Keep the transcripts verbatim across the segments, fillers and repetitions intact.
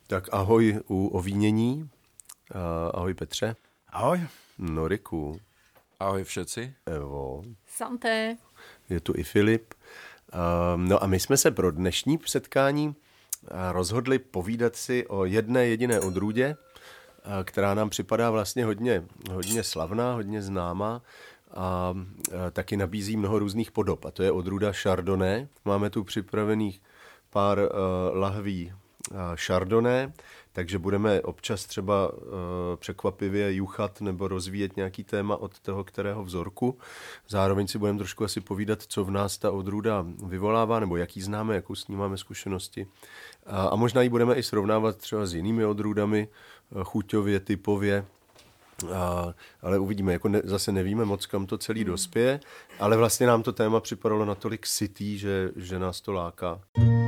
Tak ahoj u ovínění. Ahoj Petře. Ahoj. Noriku. Ahoj všetci. Evo. Santé. Je tu i Filip. No a my jsme se pro dnešní setkání rozhodli povídat si o jedné jediné odrůdě, která nám připadá vlastně hodně, hodně slavná, hodně známá a taky nabízí mnoho různých podob. A to je odrůda Chardonnay. Máme tu připravených pár lahví Chardonnay, takže budeme občas třeba uh, překvapivě juchat nebo rozvíjet nějaký téma od toho, kterého vzorku. Zároveň si budeme trošku asi povídat, co v nás ta odrůda vyvolává, nebo jaký známe, jakou s ní máme zkušenosti. A, a možná ji budeme i srovnávat třeba s jinými odrůdami, chuťově, typově. A, ale uvidíme, jako ne, zase nevíme moc, kam to celý dospěje, ale vlastně nám to téma připadalo natolik sytý, že, že nás to láká.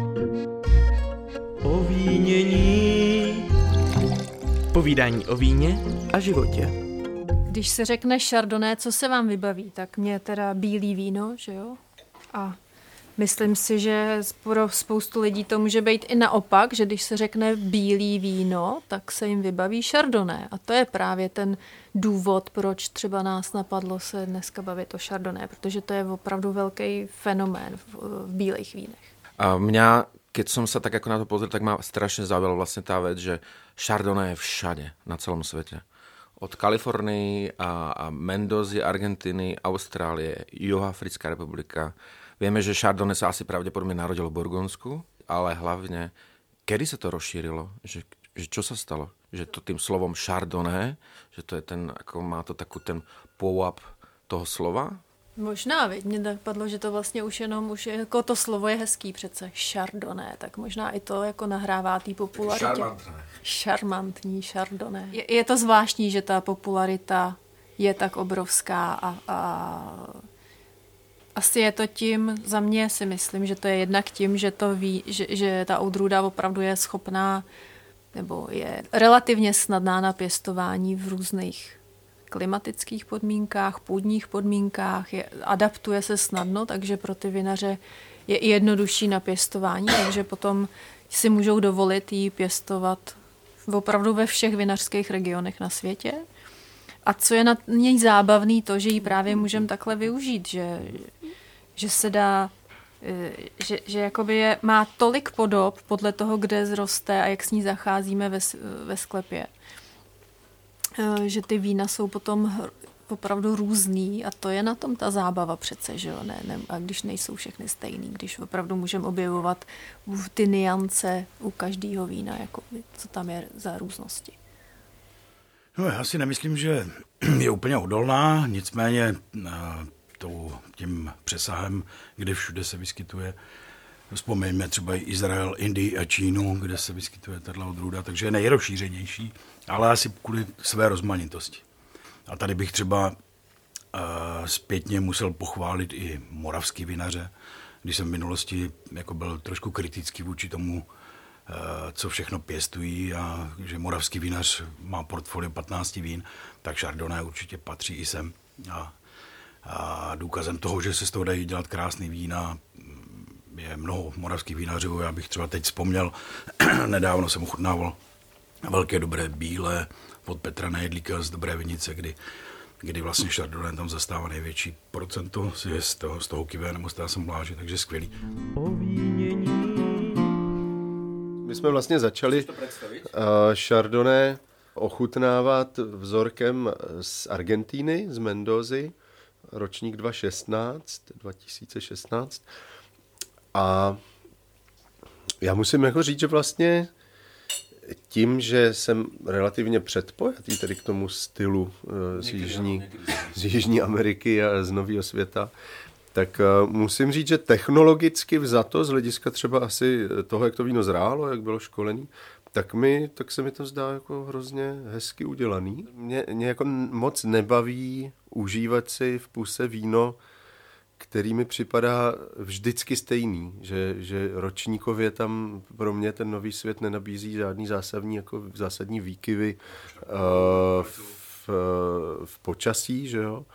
Ovínění. Povídání o víně a životě. Když se řekne Chardonnay, co se vám vybaví? Tak mě teda bílý víno, že jo? A myslím si, že pro spoustu lidí to může být i naopak, že když se řekne bílý víno, tak se jim vybaví Chardonnay. A to je právě ten důvod, proč třeba nás napadlo se dneska bavit o Chardonnay, protože to je opravdu velký fenomén v, v bílých vínech. A mňa, keď som sa tak ako na to pozrel, tak ma strašne zaujala vlastne tá vec, že Chardonnay je všade, na celom svete. Od Kalifornii a, a Mendozy, Argentíny, Austrálie, Juhoafrická republika. Vieme, že Chardonnay sa asi pravdepodobne narodil v Burgundsku, ale hlavne, kedy sa to rozšírilo? Že, že čo sa stalo? Že to tým slovom Chardonnay, že to je ten, ako má to takú ten pôvab toho slova? Možná, viď, mně napadlo, že to vlastně už jenom, už je, jako to slovo je hezký přece, Chardonnay, tak možná i to jako nahrává té popularitě. Šarmantné. Šarmantní Chardonnay. Je, je to zvláštní, že ta popularita je tak obrovská a, a asi je to tím, za mě si myslím, že to je jednak tím, že to ví, že, že ta odrůda opravdu je schopná, nebo je relativně snadná na pěstování v různých klimatických podmínkách, půdních podmínkách, je, adaptuje se snadno, takže pro ty vinaře je i jednodušší na pěstování, takže potom si můžou dovolit ji pěstovat opravdu ve všech vinařských regionech na světě. A co je na něj zábavný, to, že ji právě můžeme takhle využít, že, že se dá, že, že jakoby je, má tolik podob podle toho, kde zroste a jak s ní zacházíme ve, ve sklepě, že ty vína jsou potom opravdu různý a to je na tom ta zábava přece, že jo, ne, ne, a když nejsou všechny stejný, když opravdu můžeme objevovat ty niance u každého vína, jako co tam je za různosti. No, já si nemyslím, že je úplně odolná, nicméně tou, tím přesahem, kde všude se vyskytuje, vzpomeňme třeba Izrael, Indii a Čínu, kde se vyskytuje tato odrůda, takže je nejrozšířenější, ale asi kvůli své rozmanitosti. A tady bych třeba uh, zpětně musel pochválit i moravský vinaře, když jsem v minulosti jako byl trošku kritický vůči tomu, uh, co všechno pěstují a že moravský vinař má portfolio patnáct vín, tak Chardonnay určitě patří i sem. A, a důkazem toho, že se z toho dají dělat krásný vína, je mnoho moravských vinařů. Já bych třeba teď vzpomněl, nedávno jsem ochutnával velké dobré bílé od Petra Nejedlíka z Dobré Vinice, kdy, kdy vlastně Chardonnay tam zastává největší procento z toho, z toho Kivé nebo z té asembláže, takže skvělý. My jsme vlastně začali uh, Chardonnay ochutnávat vzorkem z Argentíny, z Mendozy, ročník dva tisíce šestnáct. A já musím jako říct, že vlastně tím, že jsem relativně předpojatý tedy k tomu stylu uh, z, jižní, z Jižní Ameriky a z Nového světa, tak uh, musím říct, že technologicky vzato, z hlediska třeba asi toho, jak to víno zrálo, jak bylo školený, tak, mi, tak se mi to zdá jako hrozně hezky udělaný. Mě, mě jako moc nebaví užívat si v puse víno, který mi připadá vždycky stejný, že, že ročníkově tam pro mě ten Nový svět nenabízí žádný zásadní, jako zásadní výkyvy uh, v, v počasí, že jo.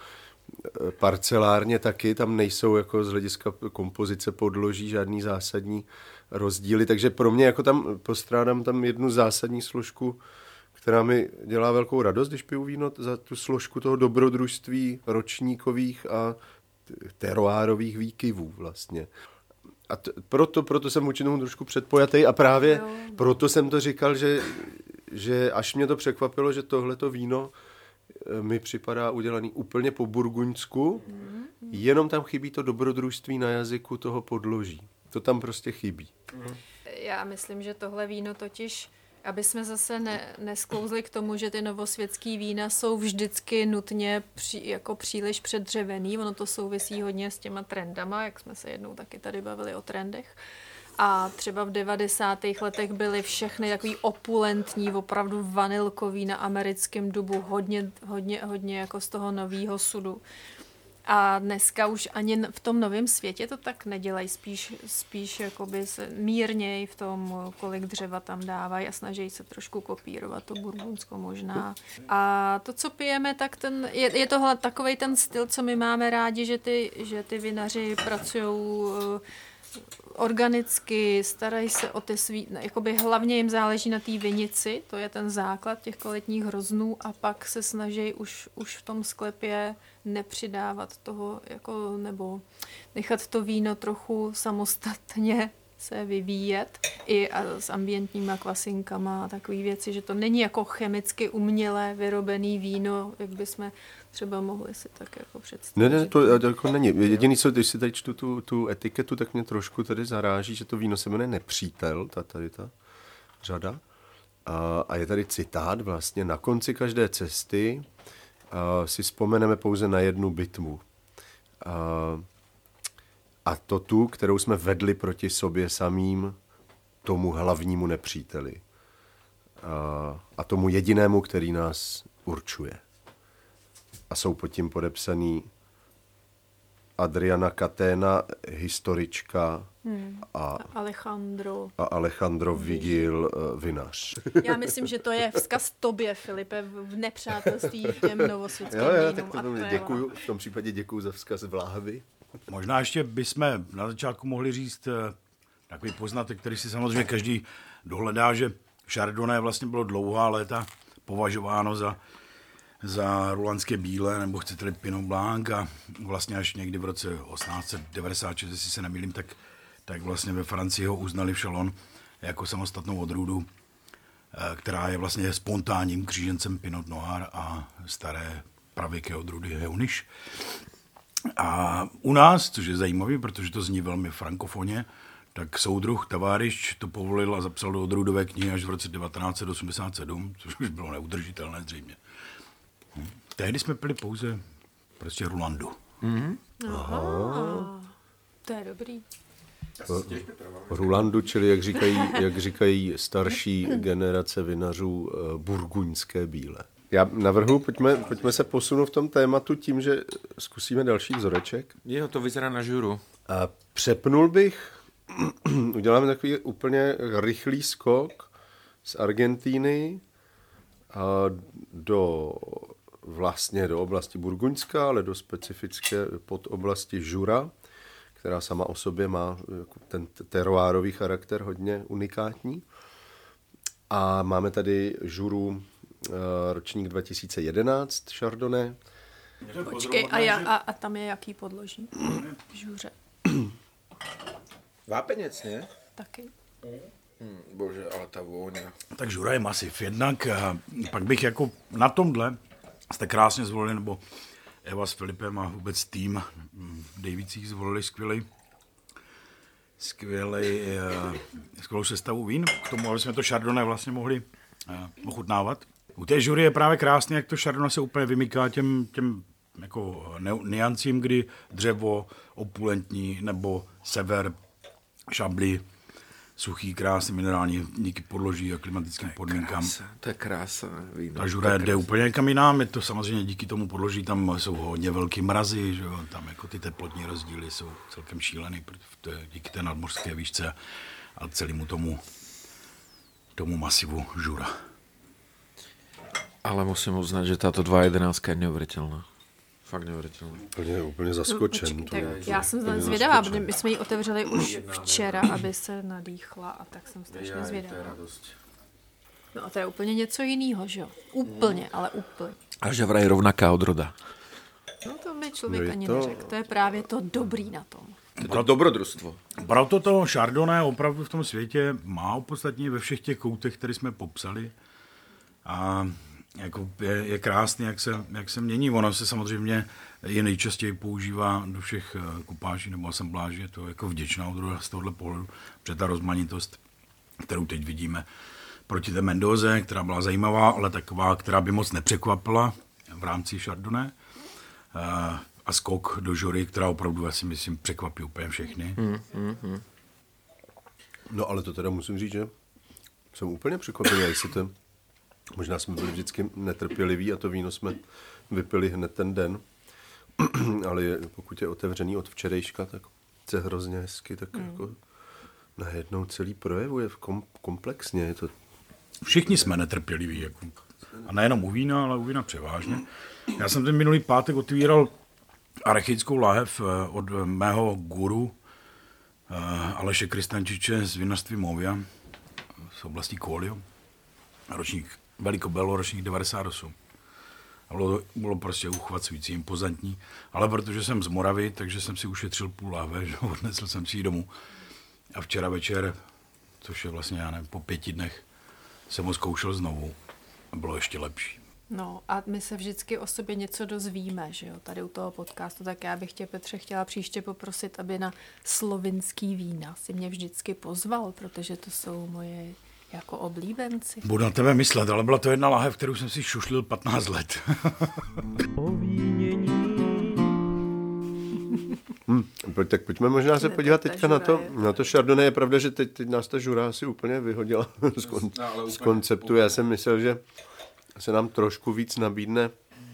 Parcelárně taky, tam nejsou jako z hlediska kompozice podloží žádný zásadní rozdíly, takže pro mě jako tam postrádám tam jednu zásadní složku, která mi dělá velkou radost, když piju víno, za tu složku toho dobrodružství ročníkových a teroárových výkyvů vlastně. A t- proto, proto jsem vůči tomu trošku předpojatý a právě jo. proto jsem to říkal, že, že až mě to překvapilo, že tohleto víno mi připadá udělaný úplně po burguňsku, mm. jenom tam chybí to dobrodružství na jazyku toho podloží. To tam prostě chybí. Mm. Já myslím, že tohle víno totiž, aby jsme zase ne, nesklouzli k tomu, že ty novosvětský vína jsou vždycky nutně při, jako příliš předřevený. Ono to souvisí hodně s těma trendama, jak jsme se jednou taky tady bavili o trendech. A třeba v devadesátých letech byly všechny takový opulentní, opravdu vanilkový na americkém dubu, hodně, hodně, hodně jako z toho nového sudu. A dneska už ani v tom novém světě to tak nedělají, spíš, spíš jakoby mírněji v tom, kolik dřeva tam dávají a snaží se trošku kopírovat to burgundsko možná. A to, co pijeme, tak ten, je, je tohle takovej ten styl, co my máme rádi, že ty, že ty vinaři pracují organicky, starají se o ty svý, jakoby hlavně jim záleží na té vinici, to je ten základ těch kvalitních hroznů a pak se snaží už, už v tom sklepě nepřidávat toho, jako, nebo nechat to víno trochu samostatně se vyvíjet i a s ambientníma kvasinkama a takové věci, že to není jako chemicky uměle vyrobený víno, jak bychom třeba mohli si tak jako představit. Ne, ne, to jako není. Jediný, co, když si tady čtu tu, tu etiketu, tak mě trošku tady zaráží, že to víno se jmenuje Nepřítel, ta, tady ta řada. A, a je tady citát vlastně, na konci každé cesty a si vzpomeneme pouze na jednu bitvu. A, a to tu, kterou jsme vedli proti sobě samým, tomu hlavnímu nepříteli. A, a tomu jedinému, který nás určuje. A jsou pod tím podepsaný Adriana Catena, historička hmm. a, a Alejandro, a Alejandro Vigil, vinař. Já myslím, že to je vzkaz tobě, Filipe, v nepřátelství těm novosvětským jo, jo, vínům. tak to mě děkuju, v tom případě děkuju za vzkaz vláhvy. Možná ještě bychom na začátku mohli říct takový poznatek, který si samozřejmě každý dohledá, že Chardonnay vlastně bylo dlouhá léta považováno za za rulandské bílé, nebo chcete-li Pinot Blanc a vlastně až někdy v roce osmnáct set devadesát šest, jestli se nemýlím, tak, tak vlastně ve Francii ho uznali v Chalon jako samostatnou odrůdu, která je vlastně spontánním křížencem Pinot Noir a staré pravěké odrůdy Heunisch. A u nás, což je zajímavé, protože to zní velmi frankofoně, tak soudruh Taváriš to povolil a zapsal do odrůdové knihy až v roce devatenáct set osmdesát sedm, což už bylo neudržitelné zřejmě. Tehdy jsme pili pouze prostě Rulandu. Mm-hmm. Aha, to je dobrý. Rulandu, čili jak říkají, jak říkají starší generace vinařů, burguňské bílé. Já navrhu, pojďme, pojďme se posunout v tom tématu tím, že zkusíme další vzoreček. Jo, to vyzerá na žuru. A přepnul bych, uděláme takový úplně rychlý skok z Argentíny a do vlastně do oblasti Burguňska, ale do specifické podoblasti Jura, která sama o sobě má ten teroárový charakter hodně unikátní. A máme tady Juru ročník dva tisíce jedenáct Chardonnay. Počkej, a, ja, a, a tam je jaký podloží? Žuře. Vápenec, ne? Taky. Hmm, bože, ale ta vůně. Tak Jura je masiv. Jednak pak bych jako na tomhle jste krásně zvolili, nebo Eva s Filipem a vůbec tým v Davicích zvolili skvělej, skvělej, skvělou sestavu vín. K tomu, aby jsme to Chardonnay vlastně mohli ochutnávat. U té Jury je právě krásné, jak to Chardonnay se úplně vymyká těm, těm jako niancím, kdy dřevo opulentní, nebo sever, šably, suchý, krásný, minerální, díky podloží a klimatickým podmínkám. To je krása. Víno. Ta Jura jde úplně někam jinam, je to samozřejmě díky tomu podloží, tam jsou hodně velký mrazy, že jo? Tam jako ty teplotní rozdíly jsou celkem šílený díky té nadmořské výšce a celému tomu, tomu masivu Jura. Ale musím uznat, že táto dva jedenáct je neuvěřitelná. fakt neuvěřitelné. Úplně, úplně zaskočen. No, to tak, je, já jsem zvědavá, protože my jsme ji otevřeli už včera, aby se nadýchla a tak jsem strašně zvědavá. No a to je úplně něco jiného, že jo? Úplně, ale úplně. A že vraj rovnaká odroda. No to by člověk no ani to... neřekl. To je právě to dobrý na tom. To je to dobrodružstvo. Proto to Chardonnay opravdu v tom světě má opodstatnění ve všech těch koutech, které jsme popsali. A jako je, je krásný, jak se, jak se mění. Ono se samozřejmě je nejčastěji používá do všech kupáží nebo asembláží. Je to jako vděčná odroda z tohohle pohledu, protože ta rozmanitost, kterou teď vidíme proti té Mendoze, která byla zajímavá, ale taková, která by moc nepřekvapila v rámci Chardonnay. A skok do žury, která opravdu, já si myslím, překvapí úplně všechny. Mm, mm, mm. No ale to teda musím říct, že jsem úplně překvapený, jestli to... Možná jsme byli vždycky netrpěliví a to víno jsme vypili hned ten den. Ale je, pokud je otevřený od včerejška, tak je hrozně hezky, tak mm. jako najednou celý projevuje kom, komplexně. Je to... Všichni jsme netrpěliví. Jako. A nejenom u vína, ale u vína převážně. Já jsem ten minulý pátek otvíral archickou láhev od mého guru Aleše Kristančiče z vinařství Movia z oblasti Kolio. Ročník Velikobelo, ročník devadesát osm. A bylo, bylo prostě uchvacující, impozantní. Ale protože jsem z Moravy, takže jsem si ušetřil půl láhve, že odnesl jsem si ji domů. A včera večer, což je vlastně, já nevím, po pěti dnech, jsem ho zkoušel znovu. A bylo ještě lepší. No a my se vždycky o sobě něco dozvíme, že jo, tady u toho podcastu, tak já bych tě, Petře, chtěla příště poprosit, aby na slovinský vína si mě vždycky pozval, protože to jsou moje jako oblíbenci. Budu na tebe myslet, ale byla to jedna láhev, kterou jsem si šušlil patnáct let. hmm, tak pojďme možná se podívat teďka na to, na to Chardonnay. Je pravda, že teď, teď nás ta žura asi úplně vyhodila z, kon, z konceptu. Já jsem myslel, že se nám trošku víc nabídne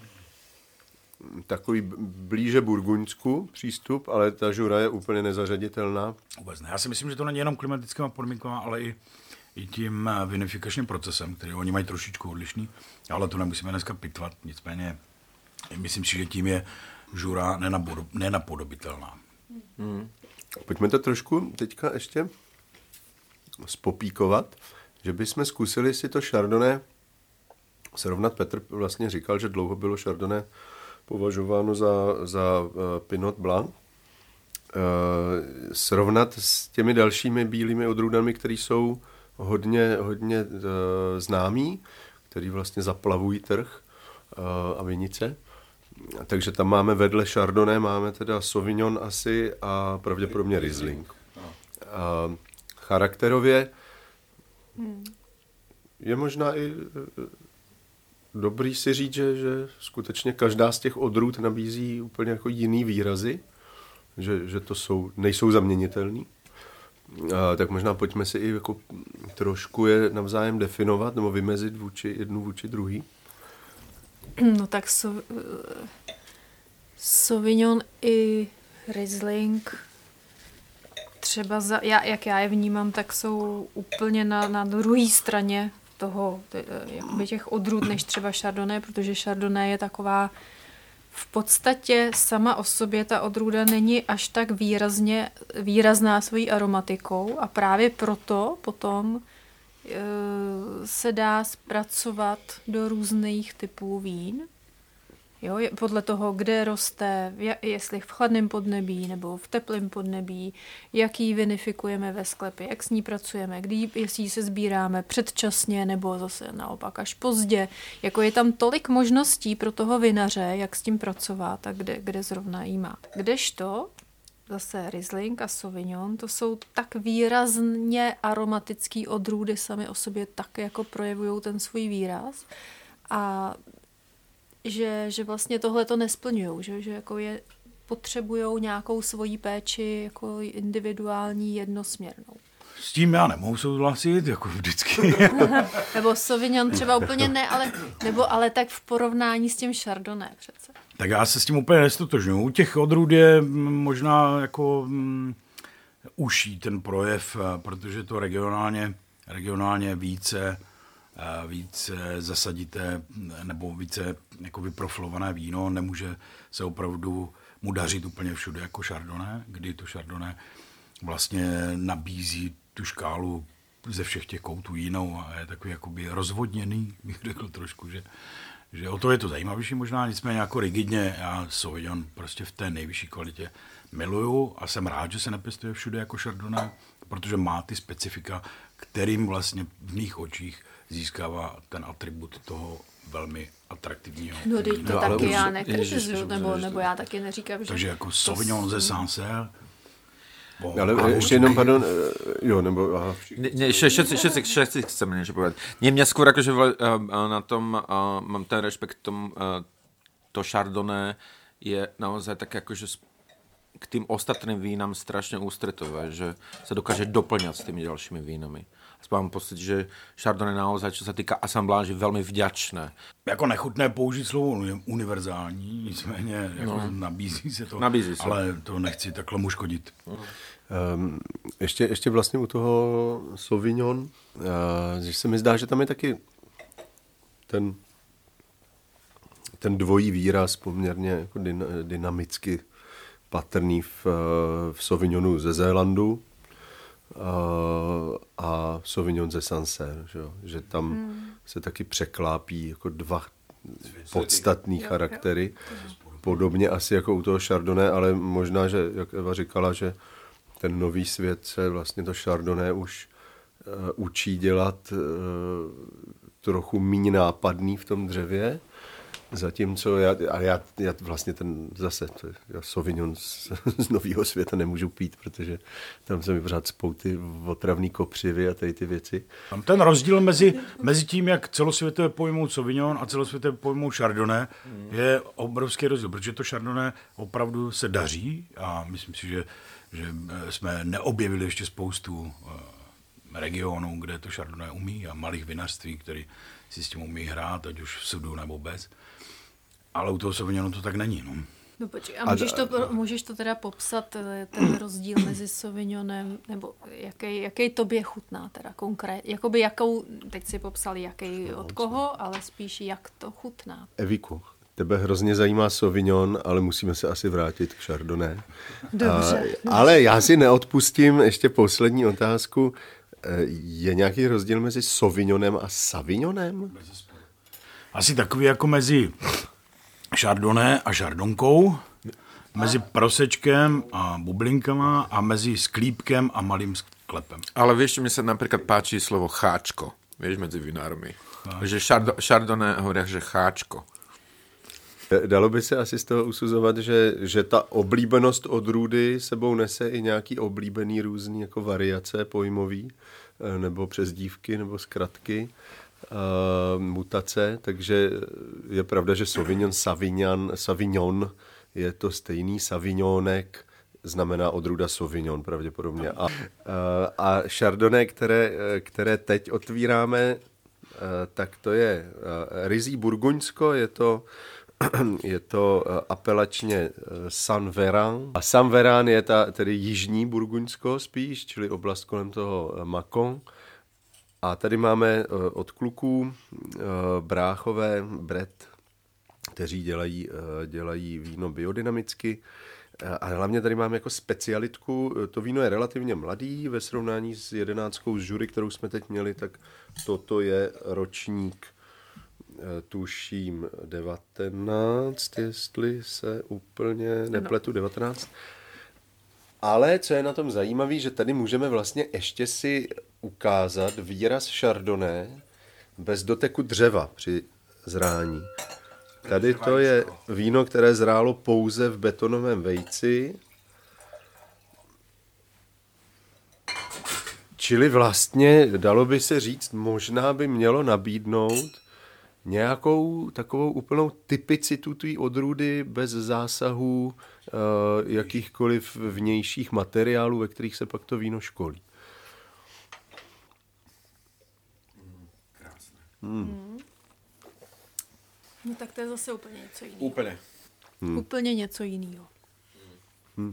takový blíže burgundsku přístup, ale ta žura je úplně nezařaditelná. Vůbec ne. Já si myslím, že to není jenom klimatickými podmínkami, ale i, i tím vinifikačním procesem, který oni mají trošičku odlišný, ale to nemusíme dneska pitvat. Nicméně myslím si, že tím je žura nenapodobitelná. Hmm. Pojďme to trošku teďka ještě spopíkovat, že bychom zkusili si to Chardonnay srovnat. Petr vlastně říkal, že dlouho bylo Chardonnay považováno za, za uh, Pinot Blanc. Uh, srovnat s těmi dalšími bílými odrůdami, které jsou hodně, hodně uh, známí, který vlastně zaplavují trh uh, a vinice. Takže tam máme vedle Chardonnay, máme teda Sauvignon asi a pravděpodobně Riesling. Uh, charakterově je možná i dobrý si říct, že, že skutečně každá z těch odrůd nabízí úplně jako jiný výrazy, že, že to jsou, nejsou zaměnitelný. A, tak možná pojďme si i jako trošku je navzájem definovat nebo vymezit vůči jednu vůči druhý. No tak so, Sauvignon i Riesling třeba, za, já, jak já je vnímám, tak jsou úplně na, na druhé straně toho, jakoby těch odrůd, než třeba Chardonnay, protože Chardonnay je taková v podstatě sama o sobě ta odrůda není až tak výrazně, výrazná svojí aromatikou a právě proto potom e, se dá zpracovat do různých typů vín. Jo, podle toho, kde roste, jestli v chladném podnebí nebo v teplém podnebí, jaký vinifikujeme ve sklepě, jak s ní pracujeme, kdy, jestli se sbíráme předčasně nebo zase naopak až pozdě. Jako je tam tolik možností pro toho vinaře, jak s tím pracovat a kde, kde zrovna jí má. Kdežto zase Riesling a Sauvignon, to jsou tak výrazně aromatický odrůdy sami o sobě, tak jako projevují ten svůj výraz a Že, že vlastně tohle to nesplňují, že, že jako je, potřebujou nějakou svoji péči jako individuální jednosměrnou. S tím já nemohu souhlasit, jako vždycky. Nebo Sauvignon třeba úplně ne, ale, nebo ale tak v porovnání s tím Chardonnay přece. Tak já se s tím úplně nestotožňuji. U těch odrůd je možná jako um, uší ten projev, protože to regionálně, regionálně více víc zasadíte nebo více jako vyprofilované víno, nemůže se opravdu mu dařit úplně všude jako Chardonnay, kdy to Chardonnay vlastně nabízí tu škálu ze všech těch koutů jinou a je takový jakoby rozvodněný, bych řekl trošku, že, že o to je to zajímavější možná, nicméně jako rigidně já Sauvignon prostě v té nejvyšší kvalitě miluju a jsem rád, že se nepěstuje všude jako Chardonnay, protože má ty specifika, kterým vlastně v mých očích získává ten atribut toho velmi atraktivního. No, teď to no, taky už, já nekritizuju, nebo, nebo já taky neříkám, že... Takže jako Sauvignon ze Sancerre. No, ale ještě jenom, pardon, jo, nebo... Aha. Ne, ne, ještě, ještě, ještě, ještě, ještě chceme něco povedat. Nie, mňa skôr akože na tom, mám ten respekt tom, to Chardonnay je naozaj tak akože k tým ostatným vínám strašne ústretové, že sa dokáže doplňať s tými ďalšími vínami. Mám pocit, že Chardonnay naozaj, čo sa týka asambláže, veľmi vďačné. Jako nechutné použít slovo univerzální, nicméně jako no. nabízí se to, nabízí se. Ale to nechci takhle mu škodit. Um, ještě, ještě vlastně u toho Sauvignon, uh, že se mi zdá, že tam je taky ten, ten dvojí výraz poměrně jako dyn, dynamicky patrný v, v Sauvignonu ze Zélandu a Sauvignon ze Sancerre, že, že tam hmm. se taky překlápí jako dva podstatný charaktery. Podobně asi jako u toho Chardonnay, ale možná, že, jak Eva říkala, že ten nový svět se vlastně to Chardonnay už uh, učí dělat uh, trochu míň nápadný v tom dřevě. Zatímco já, a já, já vlastně ten zase, to, já Sauvignon z, z nového světa nemůžu pít, protože tam se mi pořád spou ty otravný kopřivy a tady ty věci. Tam ten rozdíl mezi, mezi tím, jak celosvětově pojmou Sauvignon a celosvětově pojmou Chardonnay, hmm. je obrovský rozdíl, protože to Chardonnay opravdu se daří a myslím si, že, že jsme neobjevili ještě spoustu regionů, kde to Chardonnay umí a malých vinařství, který si s tím umí hrát, ať už v sudu nebo bez. Ale u toho Sauvignonu to tak není. No, no počkej, a můžeš to, můžeš to teda popsat, ten rozdíl mezi Sauvignonem, nebo jaký, jaký tobě chutná teda konkrétně? Jakoby jakou, teď si popsal, jaký od koho, ale spíš jak to chutná. Eviku, tebe hrozně zajímá Sauvignon, ale musíme se asi vrátit k Chardonnay. Dobře. A, ale já si neodpustím ještě poslední otázku. Je nějaký rozdíl mezi Sauvignonem a Savignonem? Asi takový jako mezi Chardonnay a Chardonkou, mezi prosečkem a bublinkama a mezi sklípkem a malým sklepem. Ale vieš, mi sa napríklad páči slovo cháčko, vieš, medzi vinármi. Že Chardonnay hovoria, že cháčko. Dalo by se asi z toho usuzovat, že, že ta oblíbenost odrůdy sebou nese i nějaký oblíbený různý jako variace pojmový, nebo přezdívky, nebo zkratky, uh, mutace, takže je pravda, že Sauvignon, Savignon, Savignon je to stejný, Savignonek znamená odrůda Sauvignon pravděpodobně. A, uh, a Chardonnay, které, které teď otvíráme, uh, tak to je uh, ryzí burguňsko, je to je to apelačně Saint-Véran. A Saint-Véran je ta, tedy jižní Burguňsko spíš, čili oblast kolem toho Mâcon. A tady máme od kluků bráchové Brett, kteří dělají, dělají víno biodynamicky. A hlavně tady máme jako specialitku, to víno je relativně mladý, ve srovnání s jedenáctkou z jury, kterou jsme teď měli, tak toto je ročník tuším devatenáct, jestli se úplně nepletu, devatenáct. Ale co je na tom zajímavé, že tady můžeme vlastně ještě si ukázat výraz Chardonnay bez doteku dřeva při zrání. Tady to je víno, které zrálo pouze v betonovém vejci. Čili vlastně, dalo by se říct, možná by mělo nabídnout nějakou takovou úplnou typicitu té odrůdy bez zásahů uh, jakýchkoliv vnějších materiálů, ve kterých se pak to víno školí. Mm, krásné. Hmm. Hmm. No tak to je zase úplně něco jiného. Úplně. Hmm. Úplně něco jiného. Hmm.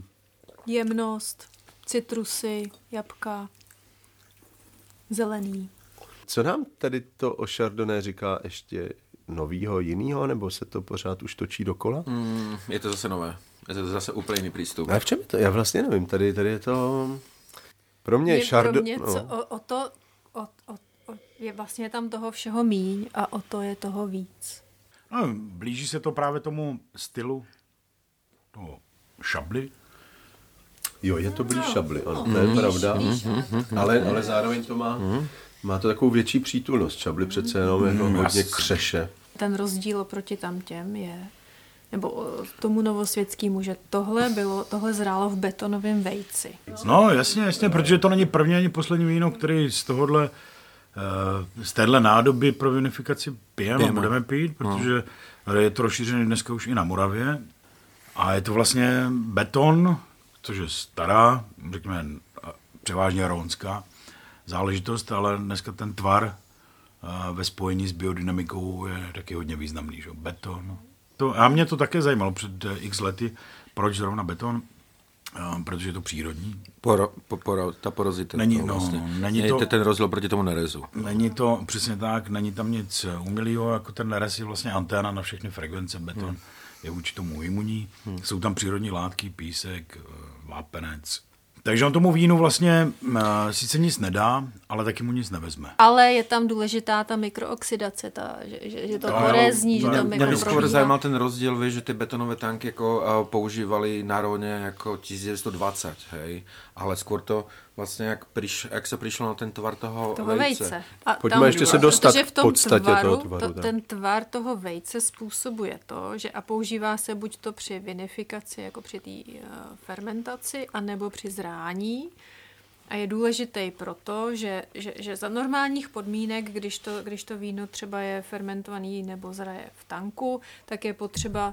Jemnost, citrusy, jabka, zelený. Co nám tady to o Chardonnay říká ještě novýho, jinýho, nebo se to pořád už točí dokola? Mm, je to zase nové. Je to zase úplně jiný přístup. A v čem je to? Já vlastně nevím. Tady, tady je to... Pro mě je Chardonnay... Pro mě co, o, o to... O, o, o, je vlastně tam toho všeho míň a o to je toho víc. No, blíží se to právě tomu stylu toho šably. Jo, je to blíž šably, ano, to je pravda. Mm-hmm. Ale, ale zároveň to má, má to takovou větší přítulnost. Šably přece jenom jako mm, hodně křeše. Ten rozdíl oproti tamtěm je, nebo tomu novosvětskému, že tohle bylo, tohle zrálo v betonovém vejci. No jasně, jasně, protože to není první ani poslední víno, který z tohohle, z téhle nádoby pro vinifikaci pijeme a budeme pít, protože je to rozšířené dneska už i na Moravě. A je to vlastně beton, což je stará, řekněme, převážně rónská záležitost, ale dneska ten tvar ve spojení s biodynamikou je taky hodně významný, že? Beton. To, a mě to také zajímalo před x lety, proč zrovna beton, protože je to přírodní. Poro, po, poro, ta porozita. Není, no, vlastně. není je to, ten rozdíl proti tomu nerezu. Není to, přesně tak, není tam nic umělého, jako ten nerez je vlastně anténa na všechny frekvence, beton hmm. je vůči tomu imunní, hmm. jsou tam přírodní látky, písek, vápenec. Takže on tomu vínu vlastně uh, sice nic nedá, ale taky mu nic nevezme. Ale je tam důležitá ta mikrooxidace, ta, že, že, že to porezní, že to mikroprobíhá. Mě skoro zajímal ten rozdíl, víš, že ty betonové tanky jako uh, používali na Róně jako tisíc sto dvacet, hej, ale skôr to vlastně, jak, priš, jak se přišlo na ten tvar toho, toho vejce. vejce. A pojďme ještě se dostat v v podstatě tvaru, toho tvaru. To, ten tvar toho vejce způsobuje to, že a používá se buď to při vinifikaci, jako při té uh, fermentaci, anebo při zrání. A je důležitý proto, že, že, že za normálních podmínek, když to, když to víno třeba je fermentovaný nebo zraje v tanku, tak je potřeba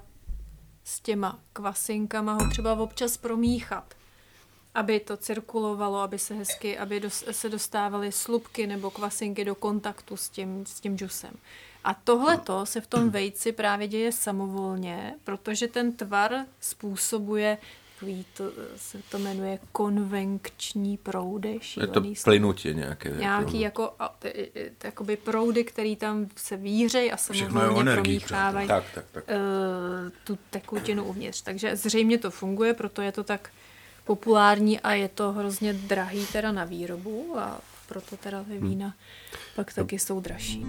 s těma kvasinkama ho třeba občas promíchat, aby to cirkulovalo, aby se hezky, aby dos, se dostávaly slupky nebo kvasinky do kontaktu s tím, s tím džusem. A tohleto se v tom vejci právě děje samovolně, protože ten tvar způsobuje, to se to jmenuje konvenkční proudy. Je to plynutí nějaké. Nějaký jako, jakoby proudy, které tam se vířejí a samovolně promíchávají tak, tak, tak. tu tekutinu uvnitř. Takže zřejmě to funguje, proto je to tak populární a je to hrozně drahý teda na výrobu a proto teda ty vína hmm. pak taky jsou dražší.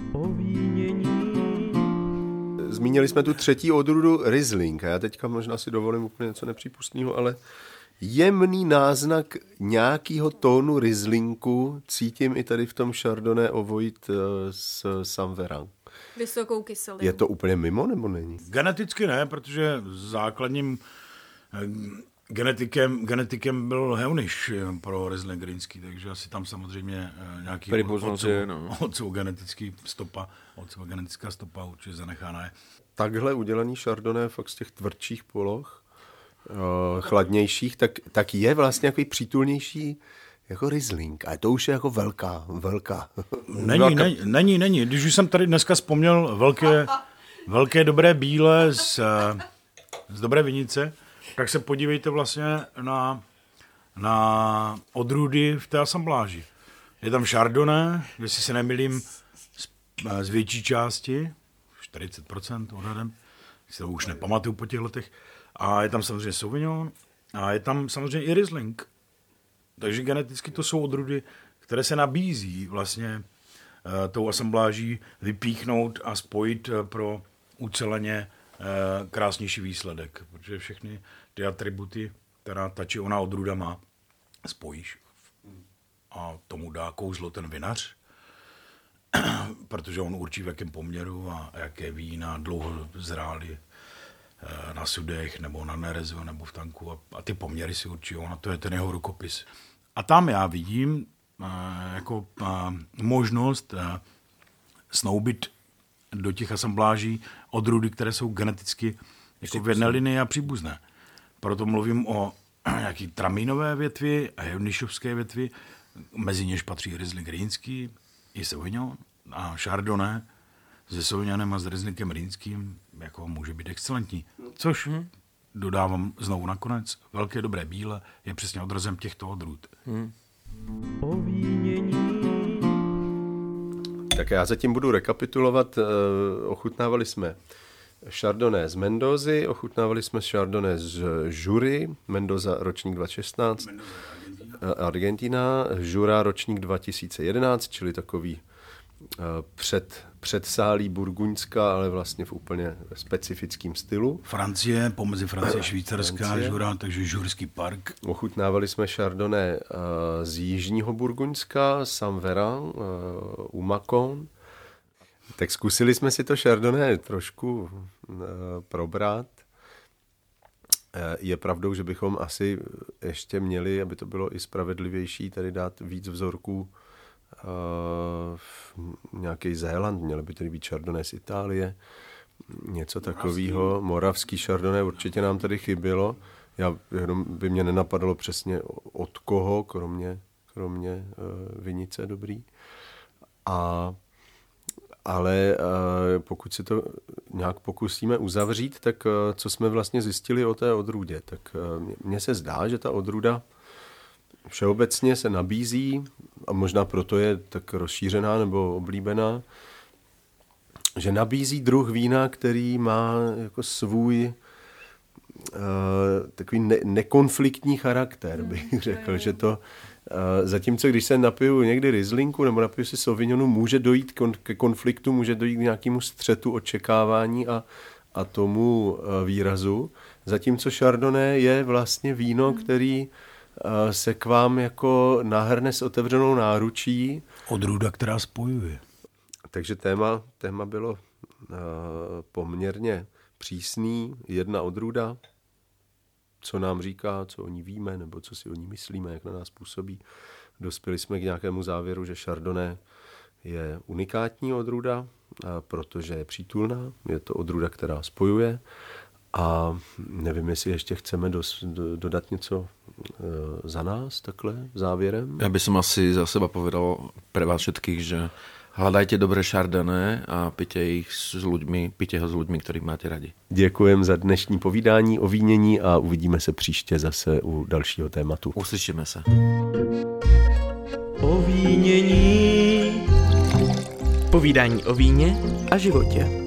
Zmínili jsme tu třetí odrůdu Riesling a já teďka možná si dovolím úplně něco nepřípustného, ale jemný náznak nějakého tónu Rieslinku cítím i tady v tom Chardonnay Ovoid z Samveran. Vysokou kyselinu. Je to úplně mimo nebo není? Geneticky ne, protože základním Genetikem, genetikem byl Heuniš pro Riesling rýnský, takže asi tam samozřejmě nějaký otcov genetický stopa, otcova genetická stopa určitě zanechána je. Takhle udělaný Chardonnay fakt z těch tvrdších poloh, uh, chladnějších, tak, tak je vlastně jako přítulnější jako Riesling. A to už je jako velká, velká. Není, velká... není, není, není. Když už jsem tady dneska vzpomněl velké, velké dobré bílé z, z dobré vinice, tak se podívejte vlastně na, na odrůdy v té asambláži. Je tam Chardonnay, jestli se nemýlím, z, z větší části, čtyřicet procent odhadem, si to už nepamatuju po těch letech, a je tam samozřejmě Sauvignon a je tam samozřejmě i Riesling. Takže geneticky to jsou odrůdy, které se nabízí vlastně uh, tou asambláží vypíchnout a spojit uh, pro uceleně uh, krásnější výsledek, protože všechny ty atributy, která ta či ona odrůda má, spojíš. A tomu dá kouzlo ten vinař, protože on určí, v jakém poměru a jaké vína dlouho zrály na sudech nebo na nerezu nebo v tanku a, a ty poměry si určí, a to je ten jeho rukopis. A tam já vidím jako možnost snoubit do těch asambláží odrůdy, které jsou geneticky jako v jedné linii a příbuzné. Proto mluvím o nějaký tramínové větvi a heunišovské větvi, mezi něž patří Riesling rýnský, i Sauvignon a Chardonnay se Sauvignonem a s Rieslingem rýnským jako může být excelentní. Což hmm. dodávám znovu nakonec, velké dobré bíle je přesně odrazem těchto odrůd. Hmm. Tak já zatím budu rekapitulovat. Ochutnávali jsme Chardonnay z Mendozy, ochutnávali jsme Chardonnay z Jury, Mendoza ročník dva tisíce šestnáct, Argentina, Jura ročník dva tisíce jedenáct, čili takový před, předsálí burguňská, ale vlastně v úplně specifickém stylu. Francie, pomezi Francie a Švýcarská, Jura, takže Jurský park. Ochutnávali jsme Chardonnay z jižního Burguňska, Saint-Véran, u Mâcon. Tak zkusili jsme si to Chardonnay trošku probrat. Je pravdou, že bychom asi ještě měli, aby to bylo i spravedlivější, tady dát víc vzorků Uh, nějaký Zéland, měl by tady být Chardonnay z Itálie, něco takového. Moravský Chardonnay určitě nám tady chybělo. Já, jenom by mě nenapadlo přesně od koho, kromě, kromě uh, vinice dobrý. A, ale uh, pokud si to nějak pokusíme uzavřít, tak uh, co jsme vlastně zjistili o té odrůdě, tak uh, mně se zdá, že ta odrůda všeobecně se nabízí, a možná proto je tak rozšířená nebo oblíbená, že nabízí druh vína, který má jako svůj uh, takový ne- nekonfliktní charakter, bych řekl, že to uh, zatímco když se napiju někdy Rieslinku nebo napiju si Sauvignonu, může dojít kon- ke konfliktu, může dojít k nějakému střetu očekávání a, a tomu uh, výrazu, zatímco Chardonnay je vlastně víno, který se k vám jako nahrne s otevřenou náručí. Odrůda, která spojuje. Takže téma, téma bylo uh, poměrně přísný. Jedna odrůda, co nám říká, co o ní víme, nebo co si o ní myslíme, jak na nás působí. Dospěli jsme k nějakému závěru, že Chardonnay je unikátní odrůda, protože je přítulná. Je to odrůda, která spojuje. A nevím, jestli ještě chceme dos, do, dodat něco e, za nás takhle závěrem. Ja by som asi za seba povedal pre vás všetkých, že hľadajte dobré Chardonnay a pijte ich s ľuďmi, pijte ho s ľuďmi, ktorých máte radi. Děkujem za dnešní povídání o vínění a uvidíme se příště zase u dalšího tématu. Uslyšíme se. O vínění. Povídání o víně a životě.